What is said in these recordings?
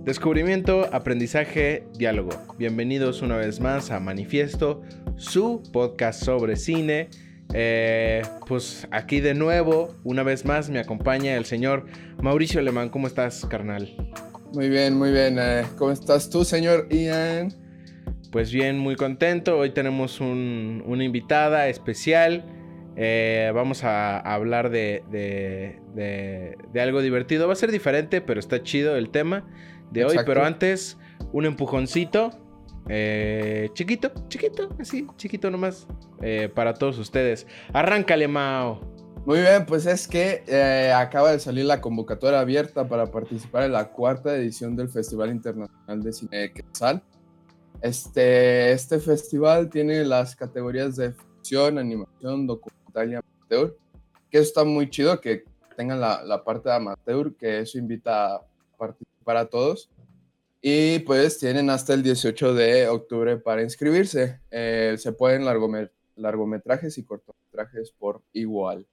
Descubrimiento, aprendizaje, diálogo. Bienvenidos una vez más a Manifiesto, su podcast sobre cine. Pues aquí de nuevo, una vez más, me acompaña el señor Mauricio Alemán. ¿Cómo estás, carnal? Muy bien, muy bien. ¿Cómo estás tú, señor Ian? Pues bien, muy contento. Hoy tenemos una invitada especial. Vamos a hablar de algo divertido. Va a ser diferente, pero está chido el tema de hoy. Pero antes, un empujoncito. Chiquito, así, chiquito nomás. Para todos ustedes. Arráncale, Mao. Muy bien, pues es que acaba de salir la convocatoria abierta para participar en la 4ª edición del Festival Internacional de Cine Quetzal. Este festival tiene las categorías de ficción, animación, documental y amateur, que eso está muy chido, que tengan la parte de amateur, que eso invita a participar a todos. Y pues tienen hasta el 18 de octubre para inscribirse. Se pueden largometrajes y cortometrajes por igual.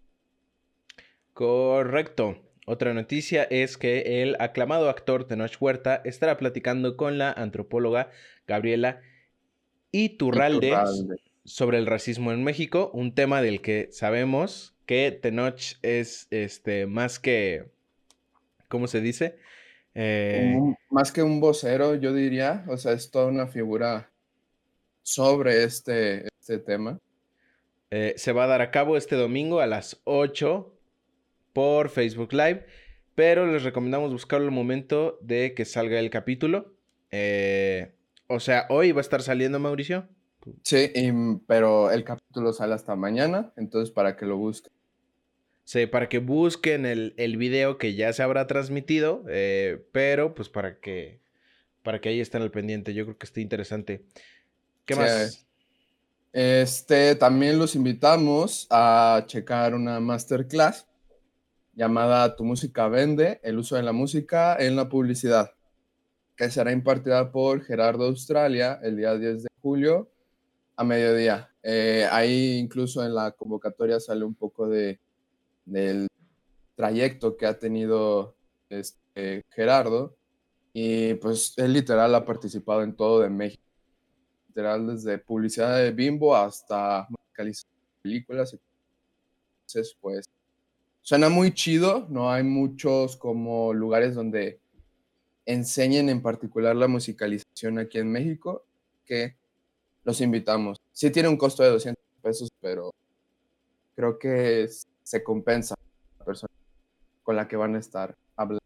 Correcto. Otra noticia es que el aclamado actor Tenoch Huerta estará platicando con la antropóloga Gabriela Iturralde sobre el racismo en México, un tema del que sabemos que Tenoch es más que, ¿cómo se dice? Más que un vocero, yo diría, o sea, es toda una figura sobre este tema. Se va a dar a cabo este domingo a las 8 por Facebook Live, pero les recomendamos buscarlo al momento de que salga el capítulo. O sea, hoy va a estar saliendo, Mauricio. Sí, pero el capítulo sale hasta mañana, entonces para que lo busquen. Sí, para que busquen el video que ya se habrá transmitido, pero pues para que ahí estén al pendiente. Yo creo que está interesante. ¿Qué más? También los invitamos a checar una masterclass llamada Tu música vende, el uso de la música en la publicidad, que será impartida por Gerardo Australia el día 10 de julio a mediodía. Ahí incluso en la convocatoria sale un poco del trayecto que ha tenido Gerardo, y pues él literal ha participado en todo de México, literal desde publicidad de Bimbo hasta musicalización de películas. Entonces pues suena muy chido, no hay muchos como lugares donde enseñen en particular la musicalización aquí en México, que los invitamos. Sí tiene un costo de 200 pesos, pero creo que se compensa la persona con la que van a estar hablando.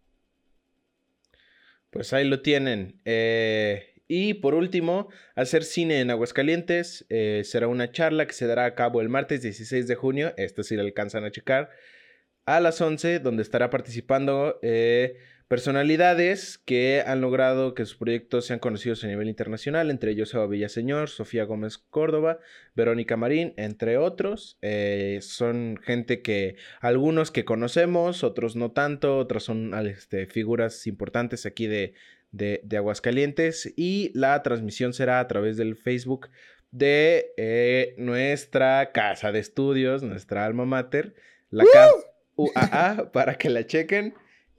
Pues ahí lo tienen. Y por último, hacer cine en Aguascalientes. Será una charla que se dará a cabo el martes 16 de junio. Esto sí lo alcanzan a checar. A las 11, donde estará participando personalidades que han logrado que sus proyectos sean conocidos a nivel internacional, entre ellos Eva Villaseñor, Sofía Gómez Córdoba, Verónica Marín, entre otros. Son gente que algunos que conocemos, otros no tanto, otros son figuras importantes aquí de Aguascalientes, y la transmisión será a través del Facebook de nuestra casa de estudios, nuestra alma mater, la UAA, para que la chequen.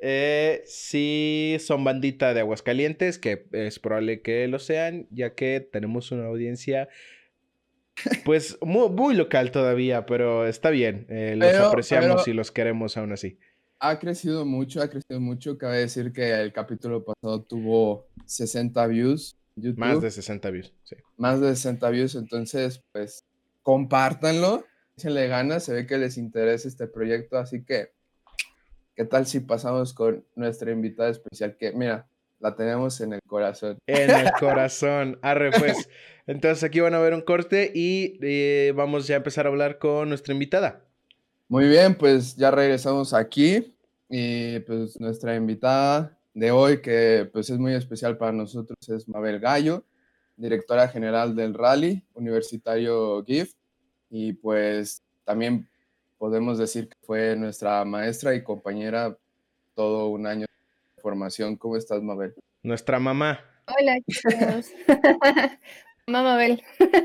Si son bandita de Aguascalientes, que es probable que lo sean, ya que tenemos una audiencia pues muy, muy local todavía, pero está bien. Los apreciamos y los queremos aún así. Ha crecido mucho. Cabe decir que el capítulo pasado tuvo 60 views en YouTube. Más de 60 views, sí. Más de 60 views, entonces pues compártanlo, échenle ganas, se ve que les interesa este proyecto, así que ¿qué tal si pasamos con nuestra invitada especial? Que mira, la tenemos en el corazón. En el corazón, arre pues. Entonces aquí van a ver un corte y vamos ya a empezar a hablar con nuestra invitada. Muy bien, pues ya regresamos aquí y pues nuestra invitada de hoy, que pues es muy especial para nosotros, es Mabel Gallo, directora general del Rally Universitario GIF, y pues también podemos decir que fue nuestra maestra y compañera todo un año de formación. ¿Cómo estás, Mabel? Nuestra mamá. Hola, chicos. Mamá Mabel.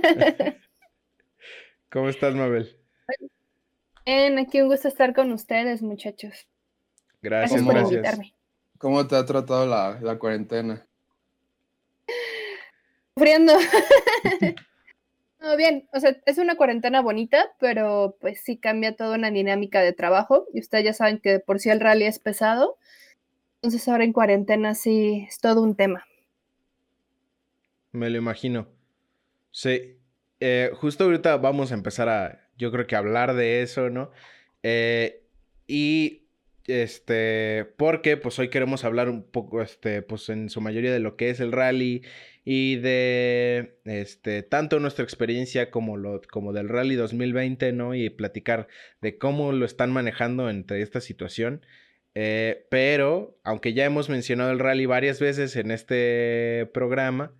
¿Cómo estás, Mabel? Aquí un gusto estar con ustedes, muchachos. Gracias Por invitarme. ¿Cómo te ha tratado la cuarentena? Sufriendo. No, bien, o sea, es una cuarentena bonita, pero pues sí cambia toda una dinámica de trabajo. Y ustedes ya saben que de por sí el rally es pesado. Entonces ahora en cuarentena sí es todo un tema. Me lo imagino. Sí. Justo ahorita vamos a empezar yo creo que hablar de eso, ¿no? Eh, y, porque pues hoy queremos hablar un poco, pues en su mayoría de lo que es el rally y de, tanto nuestra experiencia como del rally 2020, ¿no? Y platicar de cómo lo están manejando entre esta situación. Pero, aunque ya hemos mencionado el rally varias veces en este programa,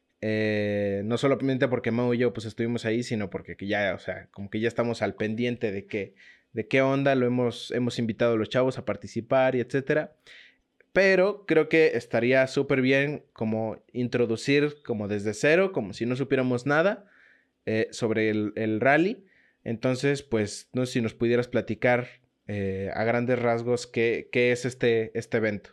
no solamente porque Mau y yo pues estuvimos ahí, sino porque ya, o sea, como que ya estamos al pendiente de qué onda, hemos invitado a los chavos a participar y etcétera. Pero creo que estaría súper bien como introducir como desde cero, como si no supiéramos nada sobre el rally. Entonces, pues, no sé si nos pudieras platicar a grandes rasgos qué es este evento.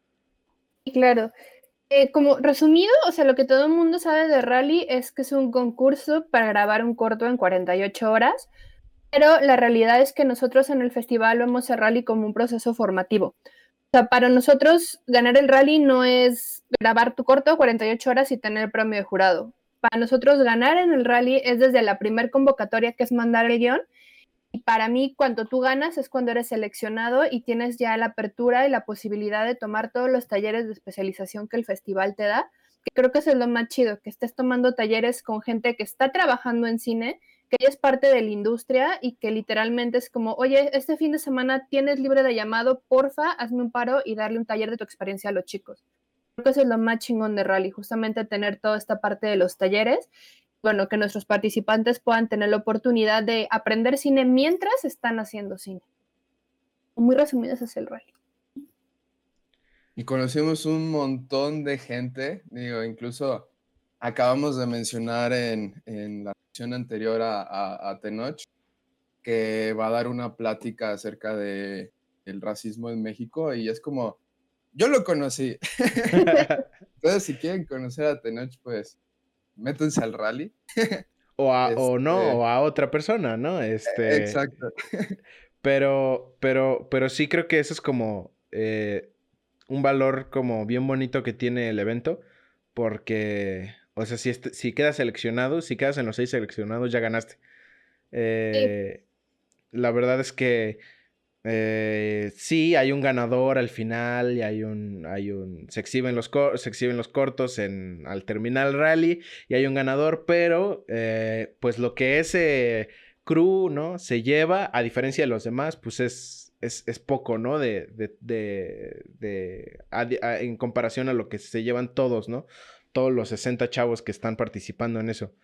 Y claro, como resumido, o sea, lo que todo el mundo sabe de rally es que es un concurso para grabar un corto en 48 horas, pero la realidad es que nosotros en el festival vemos el rally como un proceso formativo. O sea, para nosotros ganar el rally no es grabar tu corto 48 horas y tener el premio de jurado. Para nosotros ganar en el rally es desde la primer convocatoria, que es mandar el guión, y para mí cuando tú ganas es cuando eres seleccionado y tienes ya la apertura y la posibilidad de tomar todos los talleres de especialización que el festival te da, que creo que eso es lo más chido, que estés tomando talleres con gente que está trabajando en cine, que ella es parte de la industria y que literalmente es como, oye, este fin de semana tienes libre de llamado, porfa, hazme un paro y darle un taller de tu experiencia a los chicos. Creo que eso es lo más chingón de rally, justamente tener toda esta parte de los talleres, bueno, que nuestros participantes puedan tener la oportunidad de aprender cine mientras están haciendo cine. Muy resumido, ese es el rally. Y conocimos un montón de gente, digo, incluso acabamos de mencionar en la sesión anterior a Tenoch, que va a dar una plática acerca de el racismo en México y es como, yo lo conocí. Entonces, si quieren conocer a Tenoch, pues métanse al rally. O no, Este, o a otra persona, ¿no? exacto. Pero sí creo que eso es como un valor como bien bonito que tiene el evento, porque, o sea, si quedas seleccionado, si quedas en los 6 seleccionados, ya ganaste. Sí, Eh, la verdad es que sí, hay un ganador al final y se exhiben se exhiben los cortos al terminar el rally y hay un ganador, pero pues lo que ese crew, ¿no? Se lleva, a diferencia de los demás, pues es poco, ¿no? En comparación a lo que se llevan todos, ¿no? Todos los 60 chavos que están participando en eso.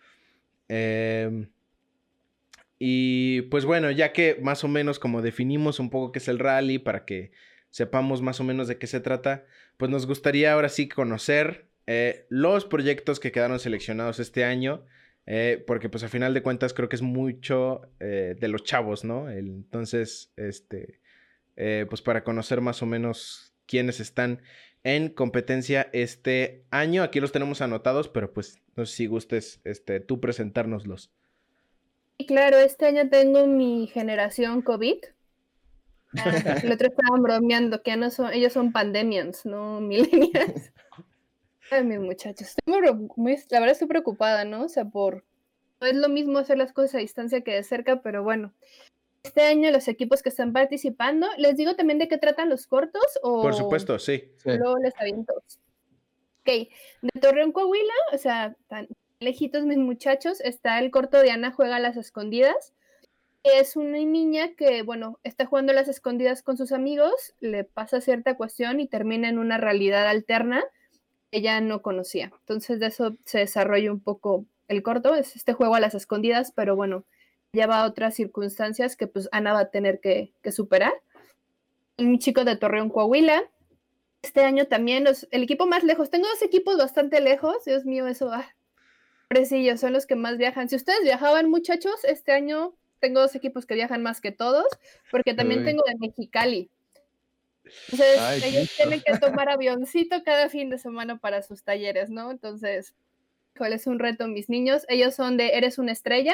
Y pues bueno, ya que más o menos como definimos un poco qué es el rally para que sepamos más o menos de qué se trata, pues nos gustaría ahora sí conocer los proyectos que quedaron seleccionados este año, porque pues a final de cuentas creo que es mucho de los chavos, ¿no? Entonces, pues para conocer más o menos quiénes están en competencia este año, aquí los tenemos anotados, pero pues no sé si gustes tú presentárnoslos. y claro, este año tengo mi generación COVID. El otro estaban bromeando que ya no son, ellos son pandemians, no millennials. Ay, mis muchachos, estoy la verdad estoy preocupada, ¿no? O sea, no es lo mismo hacer las cosas a distancia que de cerca, pero bueno. Este año los equipos que están participando, ¿les digo también de qué tratan los cortos Por o supuesto, sí. Sí. solo les aviento? Ok, de Torreón, Coahuila, o sea, tan lejitos mis muchachos, está el corto de Ana juega a las escondidas. Es una niña que, bueno, está jugando a las escondidas con sus amigos, le pasa cierta cuestión y termina en una realidad alterna que ella no conocía. Entonces de eso se desarrolla un poco el corto, es este juego a las escondidas, pero bueno, lleva a otras circunstancias que pues Ana va a tener que superar. Un chico de Torreón, Coahuila. Este año también el equipo más lejos. Tengo dos equipos bastante lejos. Dios mío, eso, pobrecillos, son los que más viajan. Si ustedes viajaban, muchachos, este año tengo dos equipos que viajan más que todos, porque también Uy. tengo de Mexicali. Entonces, Ay, ellos listo. tienen que tomar avioncito cada fin de semana para sus talleres, ¿no? Entonces, ¿cuál es un reto, mis niños? Ellos son de Eres una estrella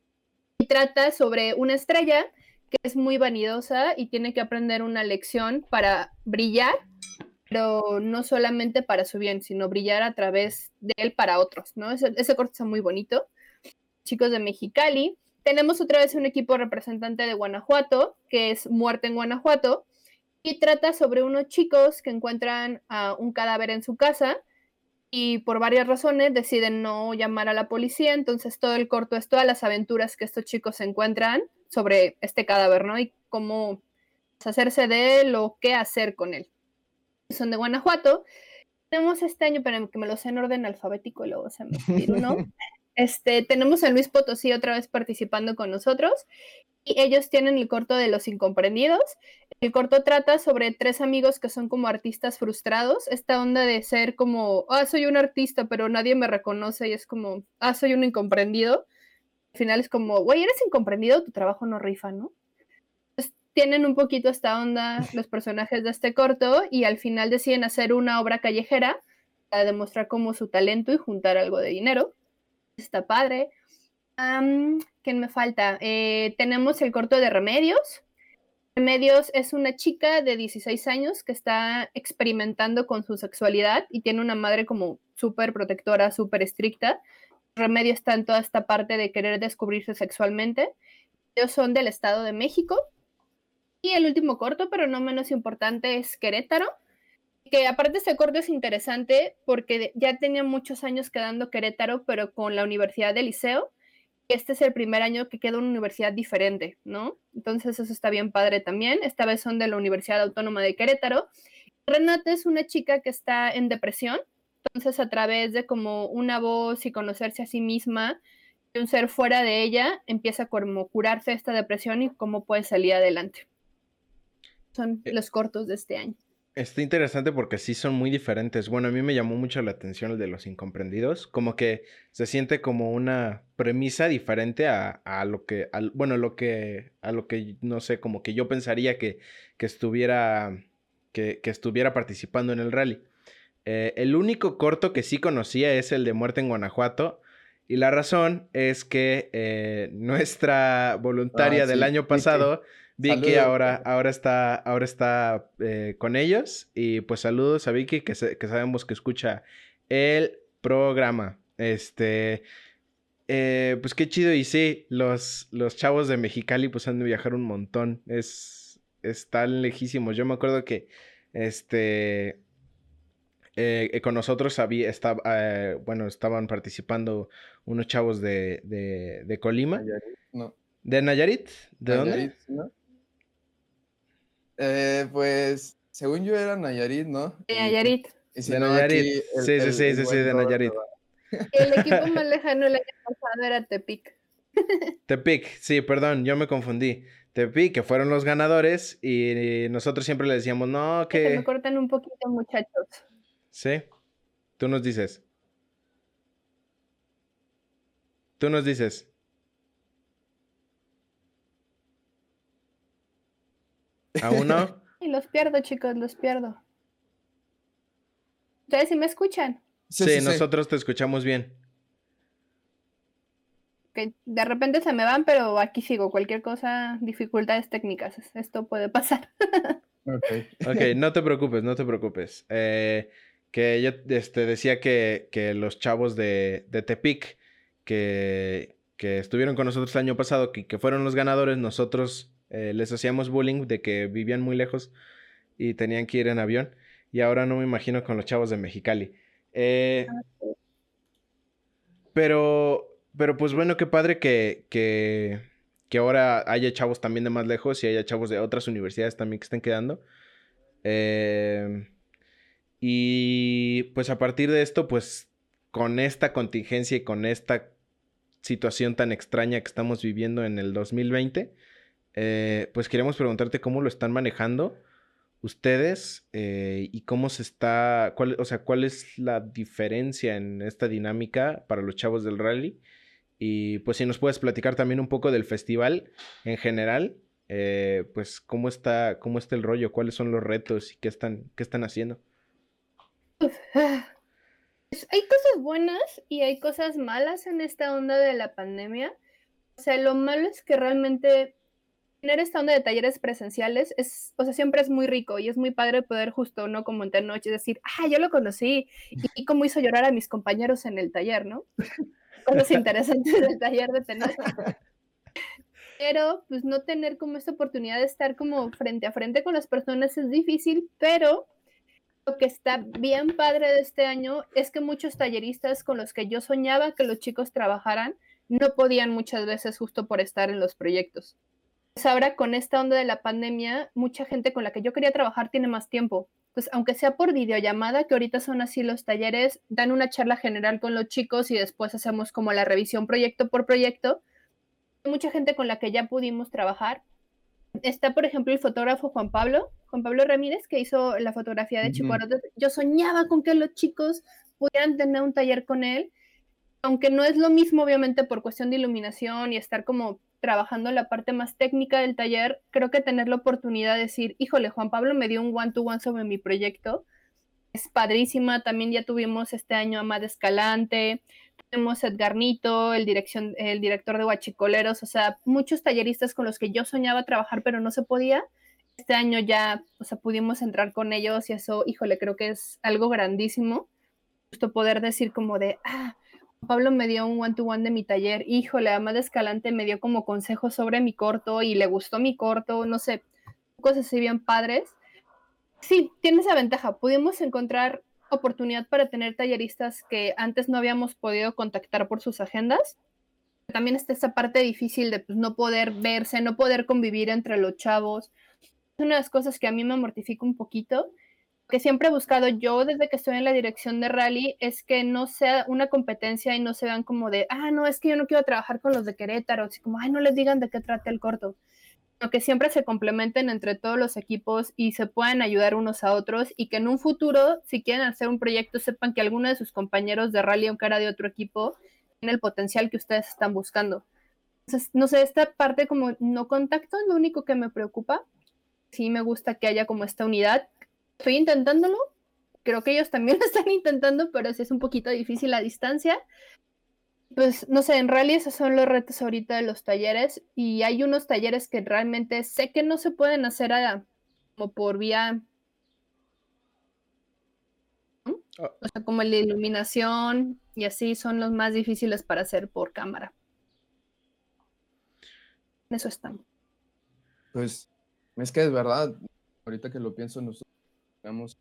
y trata sobre una estrella que es muy vanidosa y tiene que aprender una lección para brillar, pero no solamente para su bien, sino brillar a través de él para otros, ¿no? Ese corto está muy bonito. Chicos de Mexicali. Tenemos otra vez un equipo representante de Guanajuato, que es Muerte en Guanajuato, y trata sobre unos chicos que encuentran un cadáver en su casa y por varias razones deciden no llamar a la policía, entonces todo el corto es todas las aventuras que estos chicos se encuentran sobre este cadáver, ¿no? Y cómo hacerse de él o qué hacer con él. Son de Guanajuato. Tenemos este año, pero que me lo sé en orden alfabético y luego se me olvida uno. Tenemos a Luis Potosí otra vez participando con nosotros y ellos tienen el corto de Los Incomprendidos. El corto trata sobre 3 amigos que son como artistas frustrados, esta onda de ser como, soy un artista, pero nadie me reconoce y es como, soy un incomprendido. Al final es como, güey, eres incomprendido, tu trabajo no rifa, ¿no? Entonces, tienen un poquito esta onda los personajes de este corto y al final deciden hacer una obra callejera para demostrar como su talento y juntar algo de dinero. Está padre. ¿Quién me falta? Tenemos el corto de Remedios. Remedios es una chica de 16 años que está experimentando con su sexualidad y tiene una madre como súper protectora, súper estricta. Remedios está en toda esta parte de querer descubrirse sexualmente. Ellos son del Estado de México. Y el último corto, pero no menos importante, es Querétaro. Que aparte este corto es interesante porque ya tenía muchos años quedando Querétaro, pero con la Universidad del Liceo. Este es el primer año que queda una universidad diferente, ¿no? Entonces eso está bien padre también. Esta vez son de la Universidad Autónoma de Querétaro. Renata es una chica que está en depresión, entonces a través de como una voz y conocerse a sí misma, de un ser fuera de ella, empieza como curarse esta depresión y cómo puede salir adelante. Son los cortos de este año. Está interesante porque sí son muy diferentes. Bueno, a mí me llamó mucho la atención el de Los Incomprendidos. Como que se siente como una premisa diferente a lo que, a lo que, no sé, como que yo pensaría que estuviera, que estuviera participando en el rally. El único corto que sí conocía es el de Muerte en Guanajuato. Y la razón es que nuestra voluntaria del Sí, año Vicky. pasado, Vicky, Saludos. ahora está con ellos. Y pues saludos a Vicky, que sabemos que escucha el programa. Pues qué chido. Y sí, los chavos de Mexicali pues han de viajar un montón. Están lejísimos. Yo me acuerdo que con nosotros estaban participando unos chavos de Colima. Nayarit, no. ¿De Nayarit? ¿De Nayarit, dónde? ¿no? Pues, según yo era Nayarit, ¿no? Nayarit. Y si De no, Nayarit. aquí Sí, buen de Robert Nayarit. me va. El equipo más lejano el año pasado era Tepic. Tepic, sí, perdón, yo me confundí. Tepic, que fueron los ganadores y nosotros siempre le decíamos, no, Se me que... cortan un poquito, muchachos. Sí, tú nos dices. Tú nos dices. ¿Aún no? Y los pierdo, chicos, los pierdo. ¿Ustedes sí me escuchan? Sí, Sí, sí, sí. nosotros te escuchamos bien. Que de repente se me van, pero aquí sigo. Cualquier cosa, dificultades técnicas. Esto puede pasar. Ok. Ok, no te preocupes, no te preocupes. Que yo decía que los chavos de Tepic que estuvieron con nosotros el año pasado, que fueron los ganadores, nosotros les hacíamos bullying de que vivían muy lejos y tenían que ir en avión. Y ahora no me imagino con los chavos de Mexicali. Pero pues bueno, qué padre que ahora haya chavos también de más lejos y haya chavos de otras universidades también que estén quedando. Y pues a partir de esto, pues con esta contingencia y con esta situación tan extraña que estamos viviendo en el 2020, pues queríamos preguntarte cómo lo están manejando ustedes y cómo cuál es la diferencia en esta dinámica para los chavos del rally. Y pues si nos puedes platicar también un poco del festival en general pues, cómo está el rollo, cuáles son los retos y qué están haciendo. Hay cosas buenas y hay cosas malas en esta onda de la pandemia. O sea, lo malo es que realmente tener esta onda de talleres presenciales o sea, siempre es muy rico y es muy padre poder justo, ¿no? Como entre noches decir, yo lo conocí y cómo hizo llorar a mis compañeros en el taller, ¿no? Cosas interesantes del taller de tener. Pero, pues, no tener como esta oportunidad de estar como frente a frente con las personas es difícil, pero lo que está bien padre de este año es que muchos talleristas con los que yo soñaba que los chicos trabajaran no podían muchas veces justo por estar en los proyectos. Pues ahora con esta onda de la pandemia, mucha gente con la que yo quería trabajar tiene más tiempo. Pues aunque sea por videollamada, que ahorita son así los talleres, dan una charla general con los chicos y después hacemos como la revisión proyecto por proyecto. Hay mucha gente con la que ya pudimos trabajar. Está, por ejemplo, el fotógrafo Juan Pablo Ramírez, que hizo la fotografía de Chicuarotes. Yo soñaba con que los chicos pudieran tener un taller con él, aunque no es lo mismo, obviamente, por cuestión de iluminación y estar como trabajando la parte más técnica del taller. Creo que tener la oportunidad de decir, híjole, Juan Pablo me dio un one-to-one sobre mi proyecto, es padrísima. También ya tuvimos este año a Mad Escalante, tenemos a Edgarnito, el director de Huachicoleros, o sea, muchos talleristas con los que yo soñaba trabajar, pero no se podía. Este año ya, o sea, pudimos entrar con ellos y eso, híjole, creo que es algo grandísimo. Justo poder decir como de, Pablo me dio un one-to-one de mi taller, híjole, Amada Escalante me dio como consejos sobre mi corto y le gustó mi corto, no sé, cosas así bien padres. Sí, tiene esa ventaja, pudimos encontrar oportunidad para tener talleristas que antes no habíamos podido contactar por sus agendas. También está esa parte difícil de pues, no poder verse, no poder convivir entre los chavos. Es una de las cosas que a mí me mortifica un poquito, que siempre he buscado yo desde que estoy en la dirección de rally, es que no sea una competencia y no se vean como de, no, es que yo no quiero trabajar con los de Querétaro, así como, no les digan de qué trata el corto, sino que siempre se complementen entre todos los equipos y se puedan ayudar unos a otros y que en un futuro, si quieren hacer un proyecto, sepan que alguno de sus compañeros de rally, aunque era de otro equipo, tiene el potencial que ustedes están buscando. Entonces, no sé, esta parte como no contacto es lo único que me preocupa. Sí me gusta que haya como esta unidad. Estoy intentándolo. Creo que ellos también lo están intentando, pero sí es un poquito difícil a distancia. Pues no sé, en realidad esos son los retos ahorita de los talleres y hay unos talleres que realmente sé que no se pueden hacer como por vía, ¿no? O sea, como la iluminación y así son los más difíciles para hacer por cámara. En eso estamos. Pues es que es verdad, ahorita que lo pienso, nosotros tenemos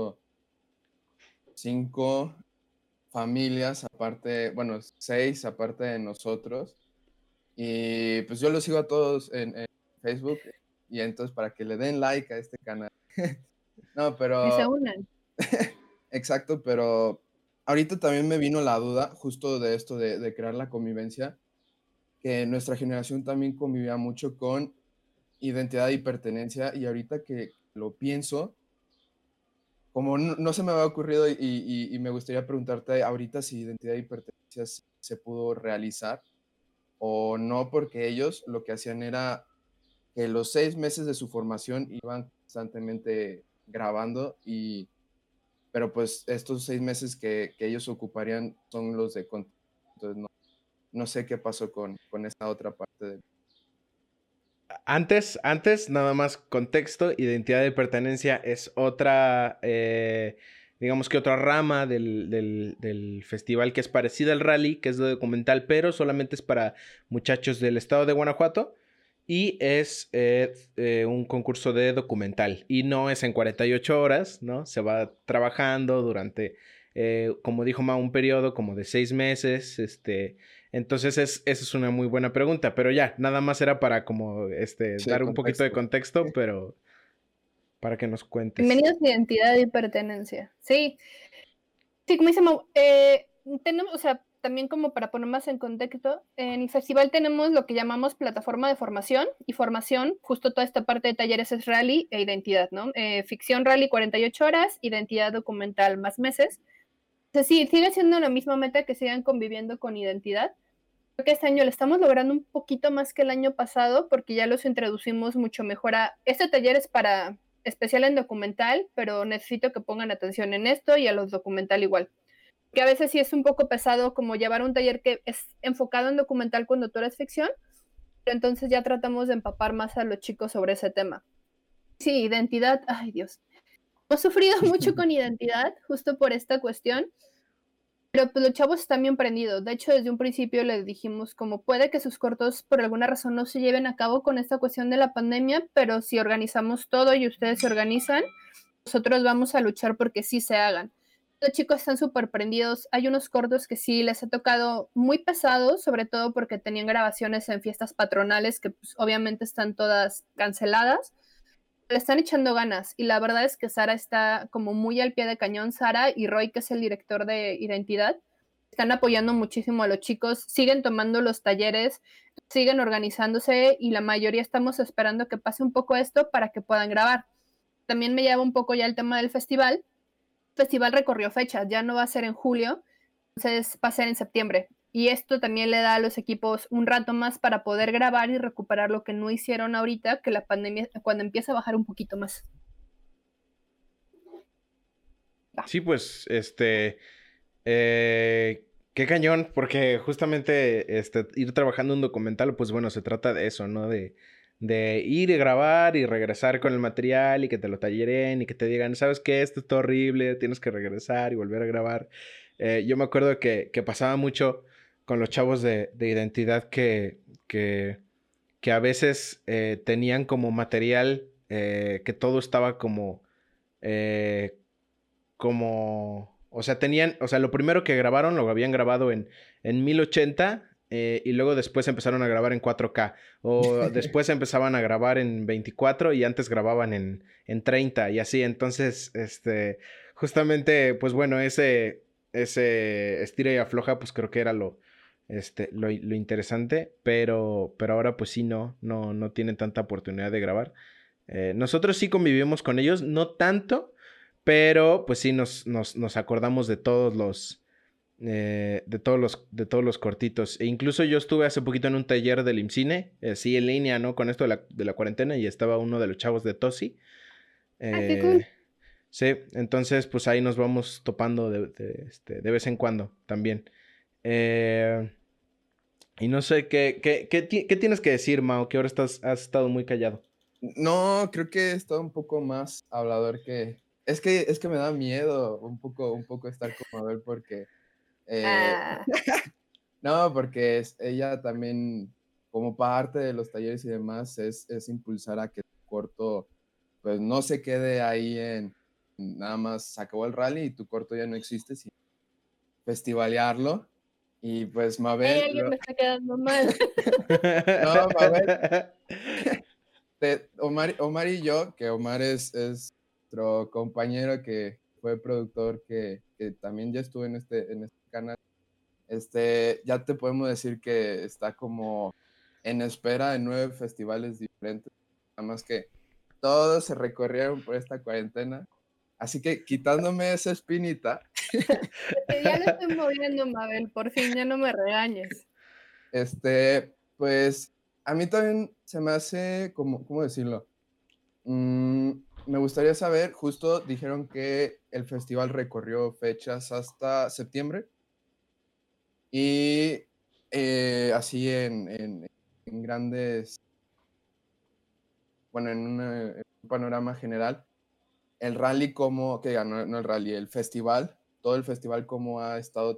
5 familias aparte, bueno, 6 aparte de nosotros. Y pues yo los sigo a todos en Facebook y entonces para que le den like a este canal. No, Que se pero unan. exacto, pero ahorita también me vino la duda justo de esto de crear la convivencia, que nuestra generación también convivía mucho con identidad y pertenencia y ahorita que lo pienso, como no se me había ocurrido y me gustaría preguntarte ahorita si identidad y pertenencia se pudo realizar o no, porque ellos lo que hacían era que los 6 meses de su formación iban constantemente grabando pero pues estos 6 meses que ellos ocuparían son los de contenido. Entonces no sé qué pasó con esta otra parte de... Antes, nada más contexto, identidad de pertenencia es otra, digamos que otra rama del festival que es parecida al rally, que es de documental, pero solamente es para muchachos del estado de Guanajuato y es un concurso de documental y no es en 48 horas, ¿no? Se va trabajando durante, como dijo Ma, un periodo como de 6 meses, entonces esa es una muy buena pregunta, pero ya, nada más era para como Sí, dar un poquito de contexto. contexto, pero para que nos cuentes. Bienvenidos a identidad y pertenencia. Sí, sí, como dice Mau, tenemos, o sea, también como para poner más en contexto, en el festival tenemos lo que llamamos plataforma de formación y formación, justo toda esta parte de talleres es rally e identidad, ¿no? Ficción rally 48 horas, identidad documental más meses. O sea, sí, sigue siendo la misma meta que sigan conviviendo con identidad, Creo que este año lo estamos logrando un poquito más que el año pasado porque ya los introducimos mucho mejor este taller es para especial en documental, pero necesito que pongan atención en esto y a los documental igual. Que a veces sí es un poco pesado como llevar un taller que es enfocado en documental cuando tú eres ficción, pero entonces ya tratamos de empapar más a los chicos sobre ese tema. Sí, identidad, ay Dios. Hemos sufrido mucho con identidad justo por esta cuestión, pero pues los chavos están bien prendidos. De hecho, desde un principio les dijimos como puede que sus cortos por alguna razón no se lleven a cabo con esta cuestión de la pandemia, pero si organizamos todo y ustedes se organizan, nosotros vamos a luchar porque sí se hagan. Los chicos están súper prendidos. Hay unos cortos que sí les ha tocado muy pesados, sobre todo porque tenían grabaciones en fiestas patronales que pues, obviamente están todas canceladas. Le están echando ganas y la verdad es que Sara está como muy al pie de cañón. Sara y Roy, que es el director de Identidad, están apoyando muchísimo a los chicos, siguen tomando los talleres, siguen organizándose y la mayoría estamos esperando que pase un poco esto para que puedan grabar. También me lleva un poco ya el tema del festival. El festival recorrió fechas, ya no va a ser en julio, entonces va a ser en septiembre. Y esto también le da a los equipos un rato más para poder grabar y recuperar lo que no hicieron ahorita, que la pandemia, cuando empieza a bajar un poquito más. Sí, pues, qué cañón, porque justamente ir trabajando un documental, pues bueno, se trata de eso, ¿no? De ir y grabar y regresar con el material y que te lo talleren y que te digan, ¿sabes qué? Esto está horrible, tienes que regresar y volver a grabar. Yo me acuerdo que pasaba mucho con los chavos de identidad que a veces tenían como material que todo estaba o sea, lo primero que grabaron lo habían grabado en 1080 y luego después empezaron a grabar en 4K o después empezaban a grabar en 24 y antes grababan en 30 y así. Entonces, justamente, pues bueno, ese estira y afloja, pues creo que era lo interesante, pero ahora pues sí, no tienen tanta oportunidad de grabar. Nosotros sí convivimos con ellos, no tanto, pero pues sí nos acordamos de todos los cortitos. E incluso yo estuve hace poquito en un taller del IMCINE, sí en línea, ¿no? Con esto de la cuarentena y estaba uno de los chavos de Tosi. Qué cool. Sí, entonces pues ahí nos vamos topando de vez en cuando también. Y no sé, ¿qué tienes que decir, Mao? Que ahora has estado muy callado. No, creo que he estado un poco más hablador que... Es que me da miedo un poco estar con Mabel porque... No, porque ella también, como parte de los talleres y demás, es impulsar a que tu corto, pues no se quede ahí nada más se acabó el rally y tu corto ya no existe, sino festivalearlo. Y pues Mabel... Alguien me está quedando mal. No, Mabel... Omar y yo, que Omar es nuestro compañero que fue productor que también ya estuvo en este canal, ya te podemos decir que está como en espera en 9 festivales diferentes, nada más que todos se recorrieron por esta cuarentena, así que quitándome esa espinita. Ya lo estoy moviendo, Mabel, por fin, ya no me regañes. Pues a mí también se me hace, ¿cómo decirlo? Me gustaría saber, justo dijeron que el festival recorrió fechas hasta septiembre y así en grandes, bueno, en un panorama general, el rally como, que no el rally, el festival, todo el festival como ha estado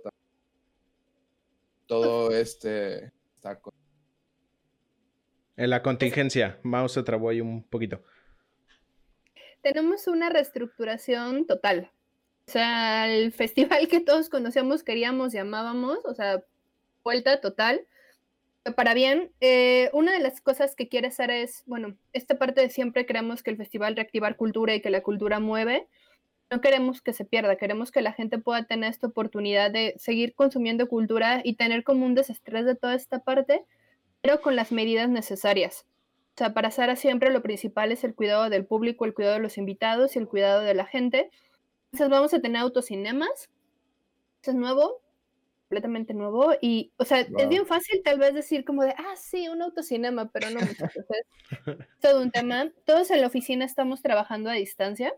todo está En la contingencia, Mao se trabó ahí un poquito. Tenemos una reestructuración total. O sea, el festival que todos conocíamos, queríamos y amábamos, o sea, vuelta total. Para bien, una de las cosas que quiere hacer es, bueno, esta parte de siempre queremos que el festival reactivar cultura y que la cultura mueve. No queremos que se pierda, queremos que la gente pueda tener esta oportunidad de seguir consumiendo cultura y tener como un desestrés de toda esta parte, pero con las medidas necesarias. O sea, para Sara siempre lo principal es el cuidado del público, el cuidado de los invitados y el cuidado de la gente. Entonces vamos a tener autocinemas, eso es nuevo. completamente nuevo y, o sea, es bien fácil tal vez decir como de, sí, un autocinema, pero no, muchachos, es todo un tema. Todos en la oficina estamos trabajando a distancia.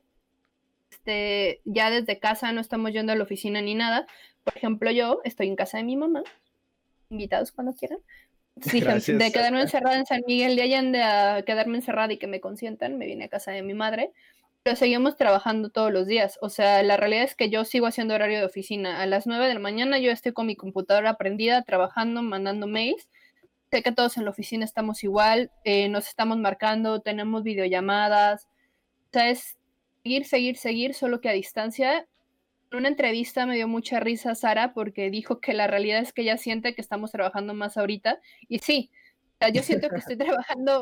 Ya desde casa no estamos yendo a la oficina ni nada. Por ejemplo, yo estoy en casa de mi mamá, invitados cuando quieran. Dije, Gracias. de quedarme encerrada en San Miguel de Allende a quedarme encerrada y que me consientan, me vine a casa de mi madre. Pero seguimos trabajando todos los días. O sea, la realidad es que yo sigo haciendo horario de oficina. A las 9 de la mañana yo estoy con mi computadora prendida, trabajando, mandando mails. Sé que todos en la oficina estamos igual, nos estamos marcando, tenemos videollamadas. O sea, es seguir, seguir, seguir, solo que a distancia. En una entrevista me dio mucha risa Sara porque dijo que la realidad es que ella siente que estamos trabajando más ahorita. Y sí, o sea, yo siento que estoy trabajando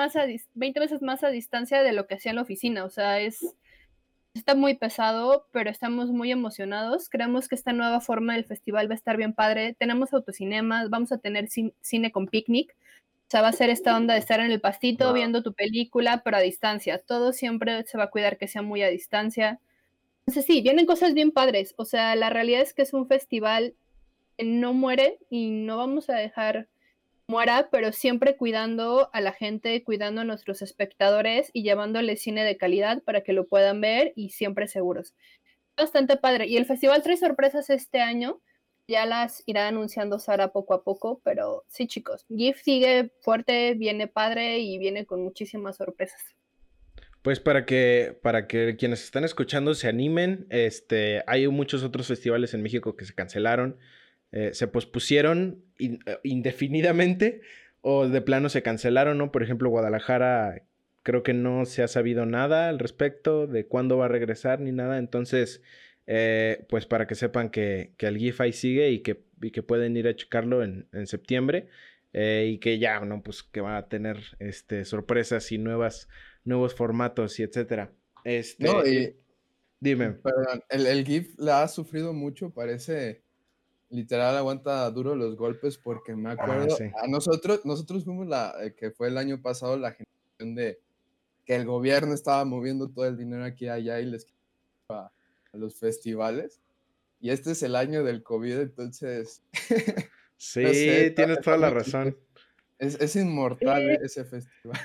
20 veces más a distancia de lo que hacía en la oficina. O sea, está muy pesado, pero estamos muy emocionados. Creemos que esta nueva forma del festival va a estar bien padre. Tenemos autocinemas, vamos a tener cine con picnic. O sea, va a ser esta onda de estar en el pastito viendo tu película, pero a distancia. Todo siempre se va a cuidar que sea muy a distancia. Entonces sí, vienen cosas bien padres. O sea, la realidad es que es un festival que no muere y no vamos a dejar muera, pero siempre cuidando a la gente, cuidando a nuestros espectadores y llevándoles cine de calidad para que lo puedan ver y siempre seguros. Bastante padre. Y el festival trae sorpresas este año. Ya las irá anunciando Sara poco a poco, pero sí, chicos, GIF sigue fuerte, viene padre y viene con muchísimas sorpresas. Pues para que quienes están escuchando se animen, hay muchos otros festivales en México que se cancelaron, se pospusieron indefinidamente o de plano se cancelaron, ¿no? Por ejemplo, Guadalajara, creo que no se ha sabido nada al respecto de cuándo va a regresar ni nada, entonces, pues para que sepan que el GIF ahí sigue y que pueden ir a checarlo en septiembre, y que ya, ¿no? Pues que va a tener sorpresas y nuevos formatos y etcétera. No, y Dime. perdón, el GIF la ha sufrido mucho, parece literal aguanta duro los golpes porque me acuerdo, sí. a nosotros fuimos que fue el año pasado la generación de que el gobierno estaba moviendo todo el dinero aquí y allá y les quitaba a los festivales. Y este es el año del COVID, entonces, Sí, no sé, tienes está toda la muy chistoso. razón. Es inmortal ese festival.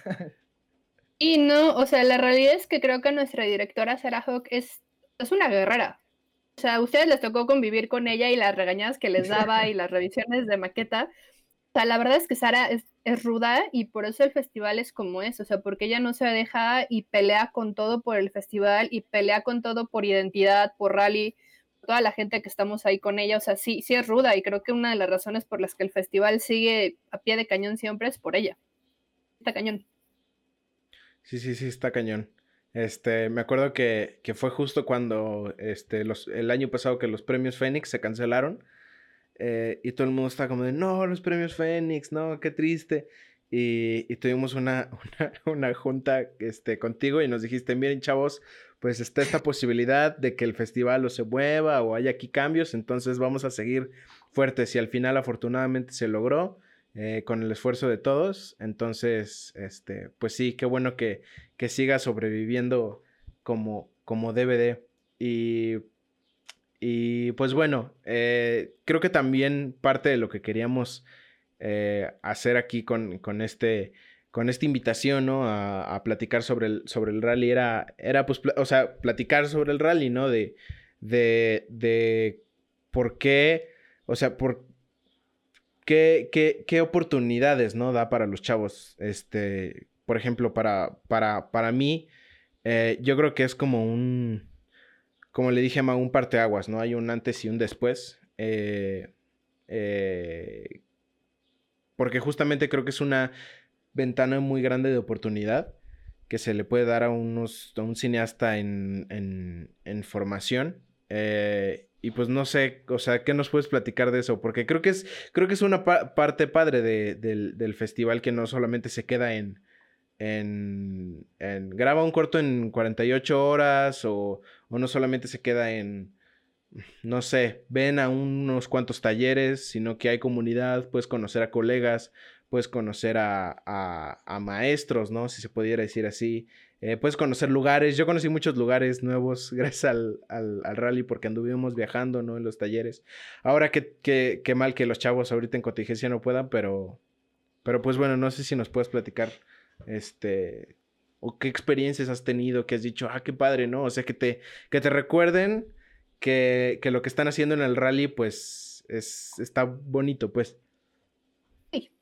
Y no, o sea, la realidad es que creo que nuestra directora Sarah Hawk es una guerrera. O sea, a ustedes les tocó convivir con ella y las regañadas que les daba y las revisiones de maqueta. O sea, la verdad es que Sara es ruda y por eso el festival es como es. O sea, porque ella no se deja y pelea con todo por el festival y pelea con todo por identidad, por rally, toda la gente que estamos ahí con ella. O sea, sí es ruda y creo que una de las razones por las que el festival sigue a pie de cañón siempre es por ella. Está cañón. Sí, está cañón. Me acuerdo que fue justo cuando el año pasado que los premios Fénix se cancelaron. Y todo el mundo estaba como de, no, los premios Fénix, no, qué triste. Y tuvimos una junta contigo y nos dijiste, miren, chavos, pues está esta posibilidad de que el festival o se mueva o haya aquí cambios, entonces vamos a seguir fuertes. Y al final, afortunadamente, se logró. Con el esfuerzo de todos, entonces, pues sí, qué bueno que siga sobreviviendo como debe de. Y pues bueno, creo que también parte de lo que queríamos hacer aquí con esta invitación, ¿no? A platicar sobre el rally era pues, o sea, platicar sobre el rally, ¿no? De por qué, o sea, qué oportunidades, ¿no? Da para los chavos. Por ejemplo, para mí, yo creo que es como le dije a Mau, un parteaguas, ¿no? Hay un antes y un después. Porque justamente creo que es una ventana muy grande de oportunidad que se le puede dar a un cineasta en formación. Y pues no sé, o sea, ¿qué nos puedes platicar de eso? Porque creo que es una parte padre del festival que no solamente se queda en graba un corto en 48 horas o no solamente se queda en, no sé, ven a unos cuantos talleres, sino que hay comunidad, puedes conocer a colegas, puedes conocer a maestros, ¿no? Si se pudiera decir así. puedes conocer lugares. Yo conocí muchos lugares nuevos gracias al rally porque anduvimos viajando, ¿no? En los talleres. Ahora qué mal que los chavos ahorita en contingencia no puedan, pero pues bueno, no sé si nos puedes platicar, o qué experiencias has tenido, que has dicho, qué padre, ¿no? O sea, que te recuerden que lo que están haciendo en el rally, pues, está bonito, pues. Sí.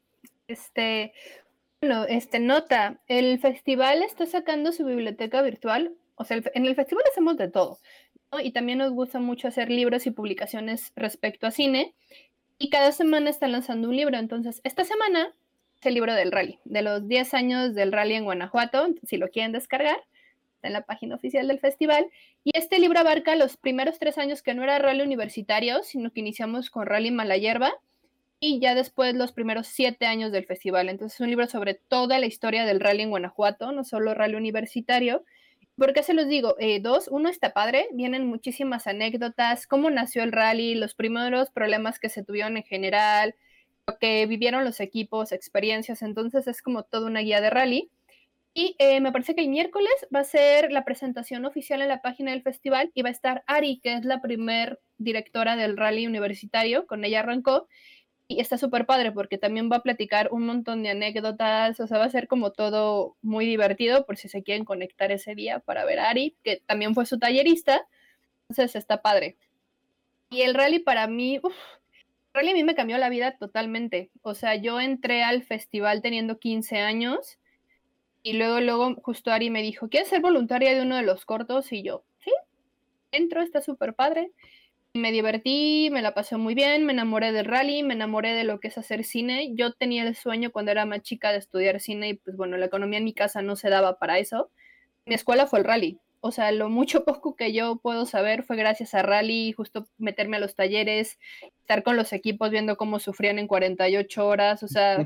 Bueno, nota, el festival está sacando su biblioteca virtual, o sea, en el festival hacemos de todo, ¿no? Y también nos gusta mucho hacer libros y publicaciones respecto a cine, y cada semana están lanzando un libro. Entonces, esta semana es el libro del rally, de los 10 años del rally en Guanajuato, si lo quieren descargar, está en la página oficial del festival, y este libro abarca los primeros 3 años que no era rally universitario, sino que iniciamos con rally Malayerba, y ya después los primeros 7 años del festival. Entonces es un libro sobre toda la historia del rally en Guanajuato, no solo rally universitario. ¿Por qué se los digo? Dos, uno está padre, vienen muchísimas anécdotas, cómo nació el rally, los primeros problemas que se tuvieron en general, lo que vivieron los equipos, experiencias, entonces es como toda una guía de rally. Y me parece que el miércoles va a ser la presentación oficial en la página del festival y va a estar Ari, que es la primer directora del rally universitario, con ella arrancó, y está súper padre porque también va a platicar un montón de anécdotas, o sea, va a ser como todo muy divertido por si se quieren conectar ese día para ver a Ari, que también fue su tallerista, entonces está padre. Y el rally para mí, el rally a mí me cambió la vida totalmente, o sea, yo entré al festival teniendo 15 años y luego justo Ari me dijo, ¿quieres ser voluntaria de uno de los cortos? Y yo, sí, entro, está súper padre. Me divertí, me la pasé muy bien, me enamoré del rally, me enamoré de lo que es hacer cine. Yo tenía el sueño cuando era más chica de estudiar cine y pues bueno, la economía en mi casa no se daba para eso. Mi escuela fue el rally. O sea, lo mucho poco que yo puedo saber fue gracias a rally, justo meterme a los talleres, estar con los equipos viendo cómo sufrían en 48 horas. O sea,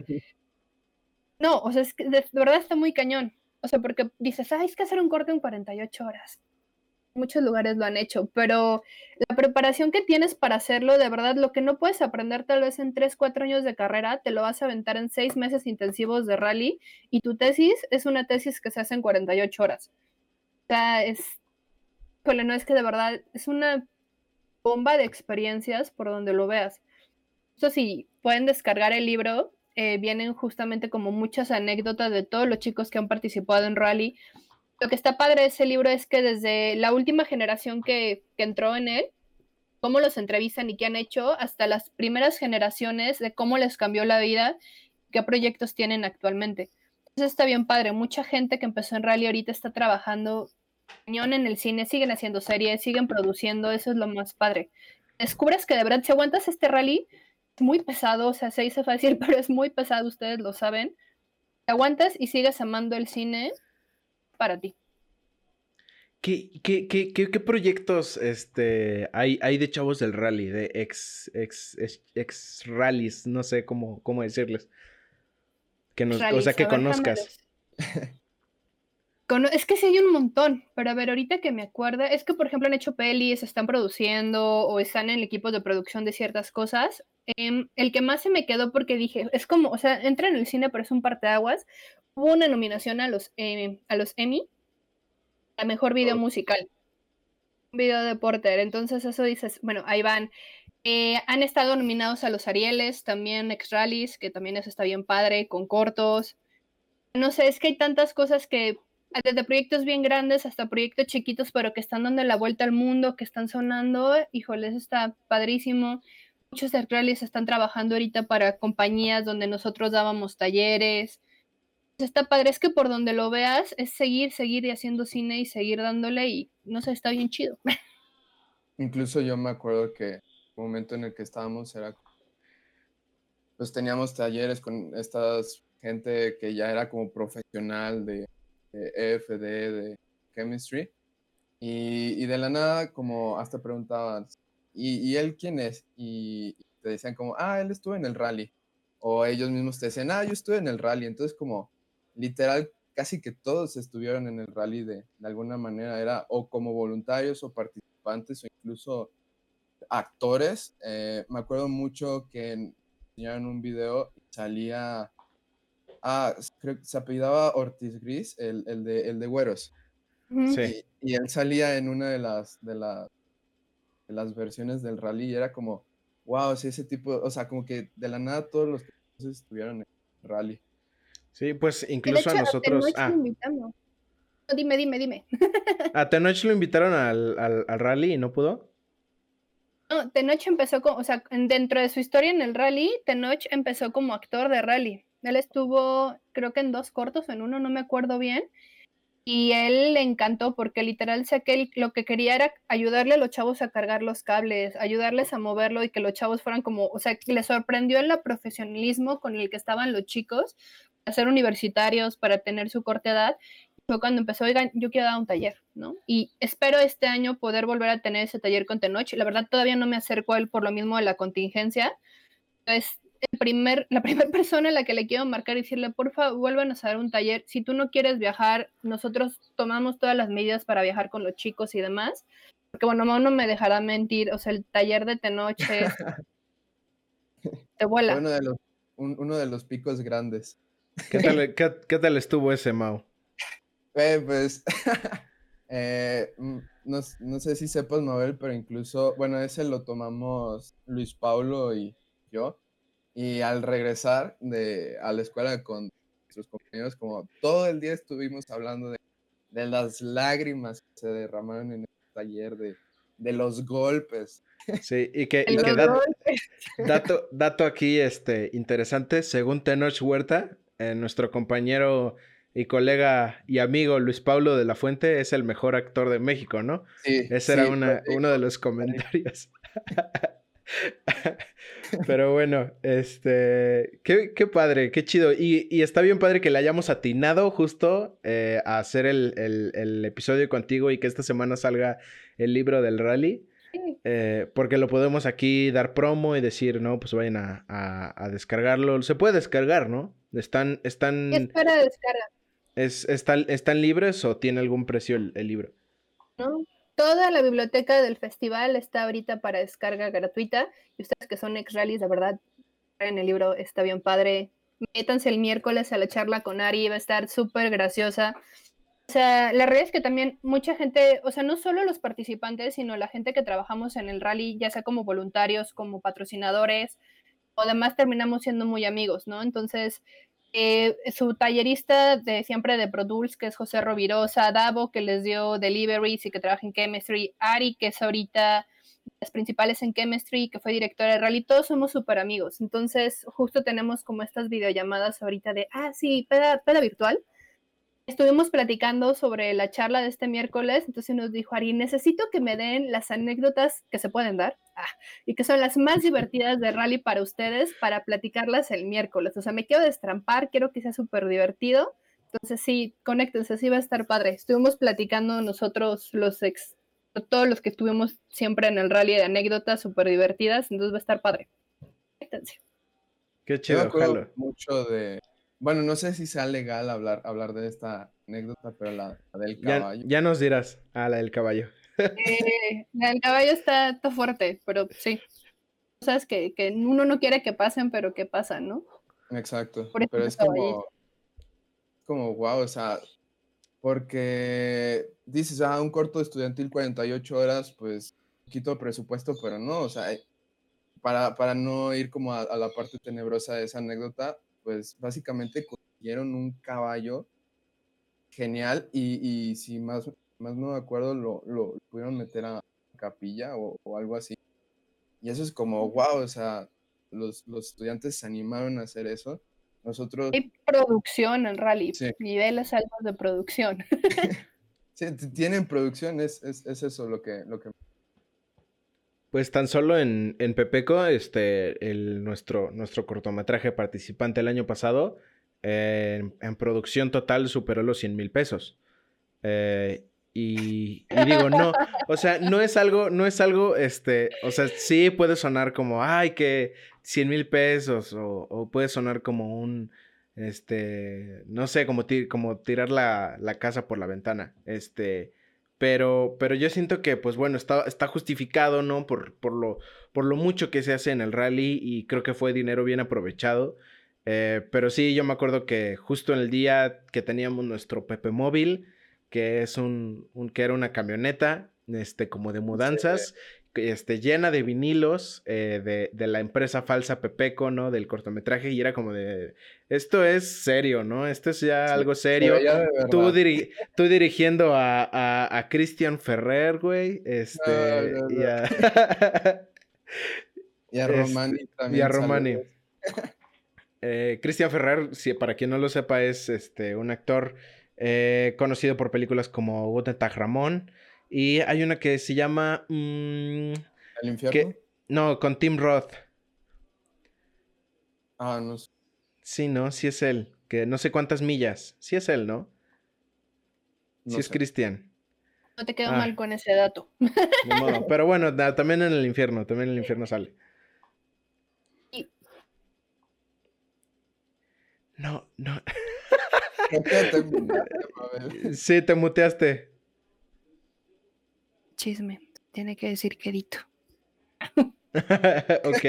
no, o sea, es que de verdad está muy cañón. O sea, porque dices, es que hacer un corte en 48 horas. Muchos lugares lo han hecho, pero la preparación que tienes para hacerlo, de verdad, lo que no puedes aprender tal vez en 3, 4 años de carrera, te lo vas a aventar en 6 meses intensivos de rally y tu tesis es una tesis que se hace en 48 horas. O sea, no es que de verdad es una bomba de experiencias por donde lo veas. Eso sí, pueden descargar el libro, vienen justamente como muchas anécdotas de todos los chicos que han participado en rally. Lo que está padre de ese libro es que desde la última generación que entró en él, cómo los entrevistan y qué han hecho, hasta las primeras generaciones de cómo les cambió la vida, qué proyectos tienen actualmente. Entonces está bien padre. Mucha gente que empezó en rally ahorita está trabajando cañón en el cine, siguen haciendo series, siguen produciendo, eso es lo más padre. Descubres que de verdad, si aguantas este rally, es muy pesado, o sea, se dice fácil, pero es muy pesado, ustedes lo saben. Te aguantas y sigues amando el cine para ti. ¿Qué proyectos hay de chavos del rally, de ex rallies? No sé cómo decirles. O sea, que conozcas. Es que sí hay un montón, pero a ver, ahorita que me acuerdo, es que por ejemplo han hecho pelis, están produciendo o están en equipos de producción de ciertas cosas. El que más se me quedó porque dije, es como, o sea, entra en el cine, pero es un parteaguas. Hubo una nominación a los Emmy a mejor video musical, un video de Porter. Entonces eso dices, bueno, ahí van. Han estado nominados a los Arieles, también Ex Rallies, que también eso está bien padre, con cortos. No sé, es que hay tantas cosas que, desde proyectos bien grandes hasta proyectos chiquitos, pero que están dando la vuelta al mundo, que están sonando, híjole, eso está padrísimo. Muchos de rallies están trabajando ahorita para compañías donde nosotros dábamos talleres. Está padre, es que por donde lo veas es seguir y haciendo cine y seguir dándole y no sé, está bien chido. Incluso yo me acuerdo que el momento en el que estábamos era, pues teníamos talleres con esta gente que ya era como profesional de EFD, de chemistry, y de la nada como hasta preguntaban, ¿y él quién es? Y te decían como, él estuvo en el rally, o ellos mismos te decían, yo estuve en el rally, entonces como literal casi que todos estuvieron en el rally de alguna manera, era o como voluntarios o participantes o incluso actores. Me acuerdo mucho que enseñaron un video y salía creo que se apellidaba Ortiz Gris, el de Güeros. Ujú. Sí. Y él salía en una de las versiones del rally y era como, wow, sí, ese tipo, o sea, como que de la nada todos los que estuvieron en el rally. Sí, pues Y de incluso a hecho, a nosotros. Tenoch lo invitamos. No, dime. A Tenoch lo invitaron al rally y no pudo. No, Tenoch empezó como, o sea, dentro de su historia en el rally, Tenoch empezó como actor de rally. Él estuvo, creo que en 2 cortos, en uno, no me acuerdo bien. Y él le encantó porque literal sé que él lo que quería era ayudarle a los chavos a cargar los cables, ayudarles a moverlo y que los chavos fueran como, o sea, que le sorprendió el profesionalismo con el que estaban los chicos para ser universitarios, para tener su corta edad. Fue cuando empezó, oigan, yo quiero dar un taller, ¿no? Y espero este año poder volver a tener ese taller con Tenoch. La verdad todavía no me acerco a él por lo mismo de la contingencia. Entonces, la primera persona a la que le quiero marcar y decirle, por favor, vuélvanos a dar un taller. Si tú no quieres viajar, nosotros tomamos todas las medidas para viajar con los chicos y demás. Porque, bueno, no me dejará mentir. O sea, el taller de Tenoch te vuela. Uno de los picos grandes. ¿Qué tal estuvo ese, Mau? Pues, no sé si sepas, Mabel, pero incluso, bueno, ese lo tomamos Luis Paulo y yo. Y al regresar a la escuela con sus compañeros, como todo el día estuvimos hablando de las lágrimas que se derramaron en el taller, de los golpes. Sí, y El que dolor. dato aquí interesante, según Tenoch Huerta, nuestro compañero y colega y amigo Luis Pablo de la Fuente es el mejor actor de México, ¿no? Sí, Ese sí, era lo uno de los comentarios. Pero bueno, qué padre, qué chido. Y está bien padre que le hayamos atinado justo a hacer el episodio contigo y que esta semana salga el libro del rally. Sí. Porque lo podemos aquí dar promo y decir, no, pues vayan a descargarlo. Se puede descargar, ¿no? ¿Qué espera descarga? ¿Están libres o tiene algún precio el libro? ¿No? Toda la biblioteca del festival está ahorita para descarga gratuita. Y ustedes que son ex-rallies, de verdad, en el libro está bien padre. Métanse el miércoles a la charla con Ari, va a estar súper graciosa. O sea, la realidad es que también mucha gente, o sea, no solo los participantes, sino la gente que trabajamos en el rally, ya sea como voluntarios, como patrocinadores, o además terminamos siendo muy amigos, ¿no? Entonces, su tallerista de siempre de Produce, que es José Rovirosa, Davo, que les dio deliveries y que trabaja en Chemistry, Ari, que es ahorita las principales en Chemistry, que fue directora de rally, todos somos súper amigos. Entonces, justo tenemos como estas videollamadas ahorita de, sí, peda virtual. Estuvimos platicando sobre la charla de este miércoles, entonces nos dijo Ari, necesito que me den las anécdotas que se pueden dar y que son las más divertidas de rally para ustedes para platicarlas el miércoles. O sea, me quiero destrampar, quiero que sea súper divertido. Entonces sí, conéctense, sí va a estar padre. Estuvimos platicando nosotros todos los que estuvimos siempre en el rally de anécdotas súper divertidas, entonces va a estar padre. Conéctense. Qué Yo me chido, acuerdo jalo. mucho bueno, no sé si sea legal hablar de esta anécdota, pero la del caballo. Ya nos dirás. La del caballo. El caballo está fuerte, pero sí. Cosas que uno no quiere que pasen, pero que pasan, ¿no? Exacto. Por Pero ejemplo, como wow, o sea, porque dices, un corto estudiantil 48 horas, pues, poquito presupuesto, pero no, o sea, para no ir como a la parte tenebrosa de esa anécdota, pues básicamente consiguieron un caballo genial y si más no me acuerdo, lo pudieron meter a capilla o algo así. Y eso es como, wow, o sea, los estudiantes se animaron a hacer eso. Nosotros, hay producción en rally, sí, niveles altos de producción. sí, tienen producción, es eso lo que... Pues tan solo en Pepeco, nuestro cortometraje participante el año pasado, en producción total superó los 100,000 pesos. Y digo, no, o sea, no es algo, o sea, sí puede sonar como, ay, que 100,000 pesos, o puede sonar como un, no sé, como tirar la casa por la ventana, pero yo siento que, pues bueno, está justificado, ¿no? Por lo mucho que se hace en el rally y creo que fue dinero bien aprovechado. Pero sí, yo me acuerdo que justo en el día que teníamos nuestro Pepe Móvil, que es que era una camioneta, como de mudanzas, llena de vinilos de la empresa falsa Pepeco, ¿no? Del cortometraje, y era como de, esto es serio, ¿no? Esto es ya algo serio. Tú, tú dirigiendo a Christian Ferrer, güey, y a... y a Romani también. Y a Romani. Christian Ferrer, para quien no lo sepa, es un actor conocido por películas como Guten Tag Ramón. Y hay una que se llama... ¿El infierno? No, con Tim Roth. Ah, no sé. Sí, ¿no? Sí es él. Que no sé cuántas millas. Sí es él, ¿no? Sí es Christian. No te quedo mal con ese dato. De modo. Pero bueno, también en el infierno. También en el infierno sale. No. Sí, te muteaste. Chisme. Tiene que decir quedito. Ok.